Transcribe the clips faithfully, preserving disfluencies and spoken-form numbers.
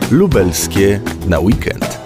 Lubelskie na weekend.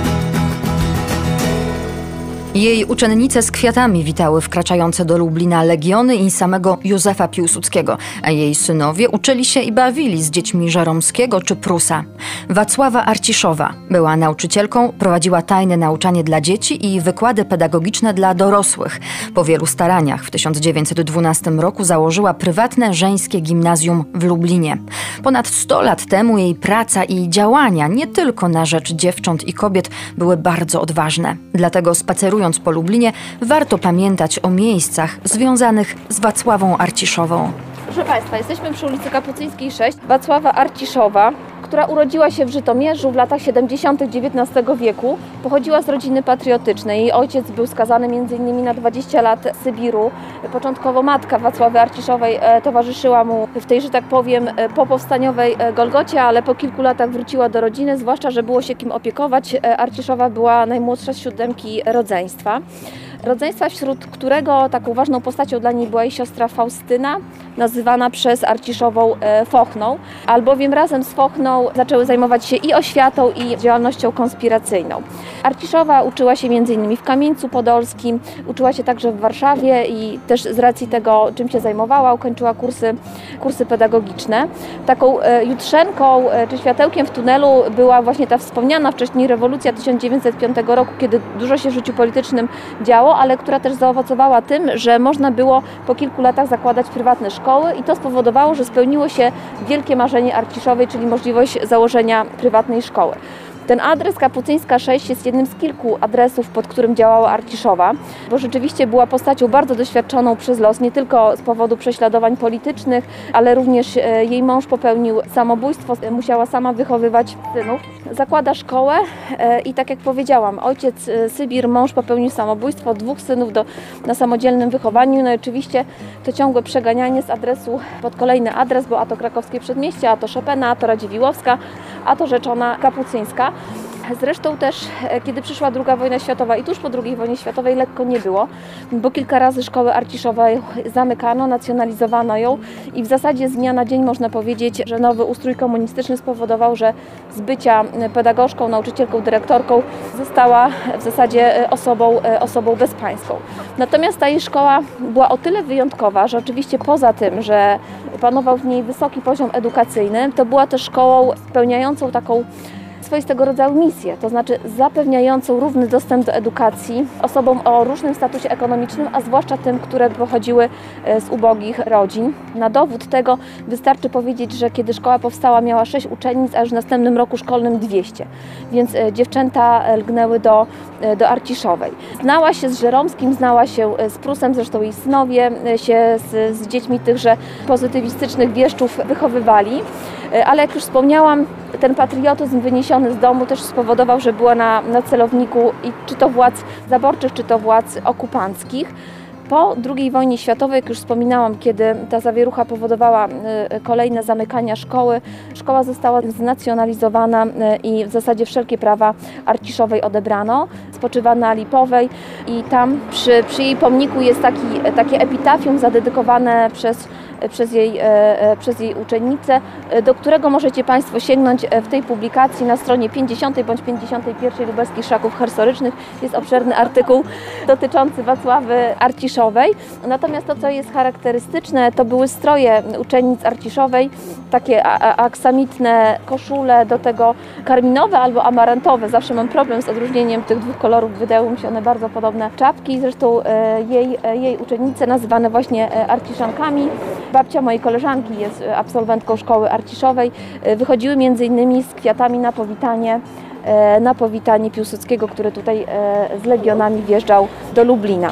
Jej uczennice z kwiatami witały wkraczające do Lublina legiony i samego Józefa Piłsudskiego, a jej synowie uczyli się i bawili z dziećmi Żeromskiego czy Prusa. Wacława Arciszowa była nauczycielką, prowadziła tajne nauczanie dla dzieci i wykłady pedagogiczne dla dorosłych. Po wielu staraniach w tysiąc dziewięćset dwunastym roku założyła prywatne żeńskie gimnazjum w Lublinie. Ponad sto lat temu jej praca i działania nie tylko na rzecz dziewcząt i kobiet były bardzo odważne. Dlatego spacerując po Lublinie, warto pamiętać o miejscach związanych z Wacławą Arciszową. Proszę Państwa, jesteśmy przy ulicy Kapucyńskiej sześć. Wacława Arciszowa, która urodziła się w Żytomierzu w latach siedemdziesiątych dziewiętnastego wieku, pochodziła z rodziny patriotycznej. Jej ojciec był skazany między innymi na dwadzieścia lat Sybiru. Początkowo matka Wacławy Arciszowej towarzyszyła mu w tej, że tak powiem, popowstaniowej Golgocie, ale po kilku latach wróciła do rodziny, zwłaszcza, że było się kim opiekować. Arciszowa była najmłodsza z siódemki rodzeństwa. Rodzeństwa, wśród którego taką ważną postacią dla niej była jej siostra Faustyna, nazywana przez Arciszową Fochną, albowiem razem z Fochną zaczęły zajmować się i oświatą, i działalnością konspiracyjną. Arciszowa uczyła się między innymi w Kamieńcu Podolskim, uczyła się także w Warszawie i też z racji tego, czym się zajmowała, ukończyła kursy, kursy pedagogiczne. Taką jutrzenką czy światełkiem w tunelu była właśnie ta wspomniana wcześniej rewolucja tysiąc dziewięćset piątego roku, kiedy dużo się w życiu politycznym działo, ale która też zaowocowała tym, że można było po kilku latach zakładać prywatne szkoły i to spowodowało, że spełniło się wielkie marzenie Arciszowej, czyli możliwość założenia prywatnej szkoły. Ten adres Kapucyńska sześć jest jednym z kilku adresów, pod którym działała Arciszowa, bo rzeczywiście była postacią bardzo doświadczoną przez los, nie tylko z powodu prześladowań politycznych, ale również jej mąż popełnił samobójstwo, musiała sama wychowywać synów. Zakłada szkołę i tak jak powiedziałam, ojciec Sybir, mąż popełnił samobójstwo, dwóch synów do, na samodzielnym wychowaniu. No i oczywiście to ciągłe przeganianie z adresu pod kolejny adres, bo a to Krakowskie Przedmieście, a to Chopina, a to Radziwiłłowska, a to Rzeczona Kapucyńska. Zresztą też, kiedy przyszła druga wojna światowa i tuż po drugiej wojnie światowej lekko nie było, bo kilka razy szkołę Arciszowej zamykano, nacjonalizowano ją i w zasadzie z dnia na dzień można powiedzieć, że nowy ustrój komunistyczny spowodował, że z bycia pedagogzką, nauczycielką, dyrektorką została w zasadzie osobą, osobą bezpańską. Natomiast ta jej szkoła była o tyle wyjątkowa, że oczywiście poza tym, że panował w niej wysoki poziom edukacyjny, to była też szkołą spełniającą taką swoistego rodzaju misję, to znaczy zapewniającą równy dostęp do edukacji osobom o różnym statusie ekonomicznym, a zwłaszcza tym, które pochodziły z ubogich rodzin. Na dowód tego wystarczy powiedzieć, że kiedy szkoła powstała, miała sześć uczennic, a już w następnym roku szkolnym dwieście, więc dziewczęta lgnęły do, do Arciszowej. Znała się z Żeromskim, znała się z Prusem, zresztą jej synowie się z, z dziećmi tychże pozytywistycznych wieszczów wychowywali, ale jak już wspomniałam, ten patriotyzm wyniesiony z domu też spowodował, że była na, na celowniku i czy to władz zaborczych, czy to władz okupanckich. Po drugiej wojnie światowej, jak już wspominałam, kiedy ta zawierucha powodowała kolejne zamykania szkoły, szkoła została znacjonalizowana i w zasadzie wszelkie prawa Arciszowej odebrano. Spoczywa na Lipowej i tam przy, przy jej pomniku jest taki, takie epitafium zadedykowane przez Przez jej, przez jej uczennicę, do którego możecie Państwo sięgnąć w tej publikacji na stronie pięćdziesiątej bądź pięćdziesiątej pierwszej Lubelskich Szlaków Historycznych. Jest obszerny artykuł dotyczący Wacławy Arciszowej. Natomiast to, co jest charakterystyczne, to były stroje uczennic Arciszowej, takie aksamitne koszule, do tego karminowe albo amarantowe. Zawsze mam problem z odróżnieniem tych dwóch kolorów, wydają mi się one bardzo podobne. Czapki, zresztą jej, jej uczennice nazywane właśnie Arciszankami. Babcia mojej koleżanki jest absolwentką szkoły Arciszowej. Wychodziły między innymi z kwiatami na powitanie, na powitanie Piłsudskiego, który tutaj z legionami wjeżdżał do Lublina.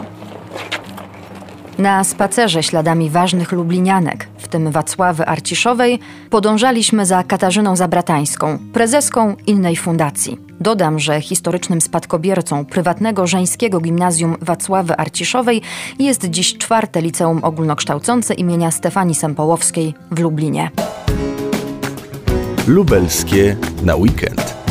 Na spacerze śladami ważnych lublinianek, w tym Wacławy Arciszowej, podążaliśmy za Katarzyną Zabratańską, prezeską innej fundacji. Dodam, że historycznym spadkobiercą prywatnego żeńskiego gimnazjum Wacławy Arciszowej jest dziś czwarte liceum ogólnokształcące imienia Stefanii Sempołowskiej w Lublinie. Lubelskie na weekend.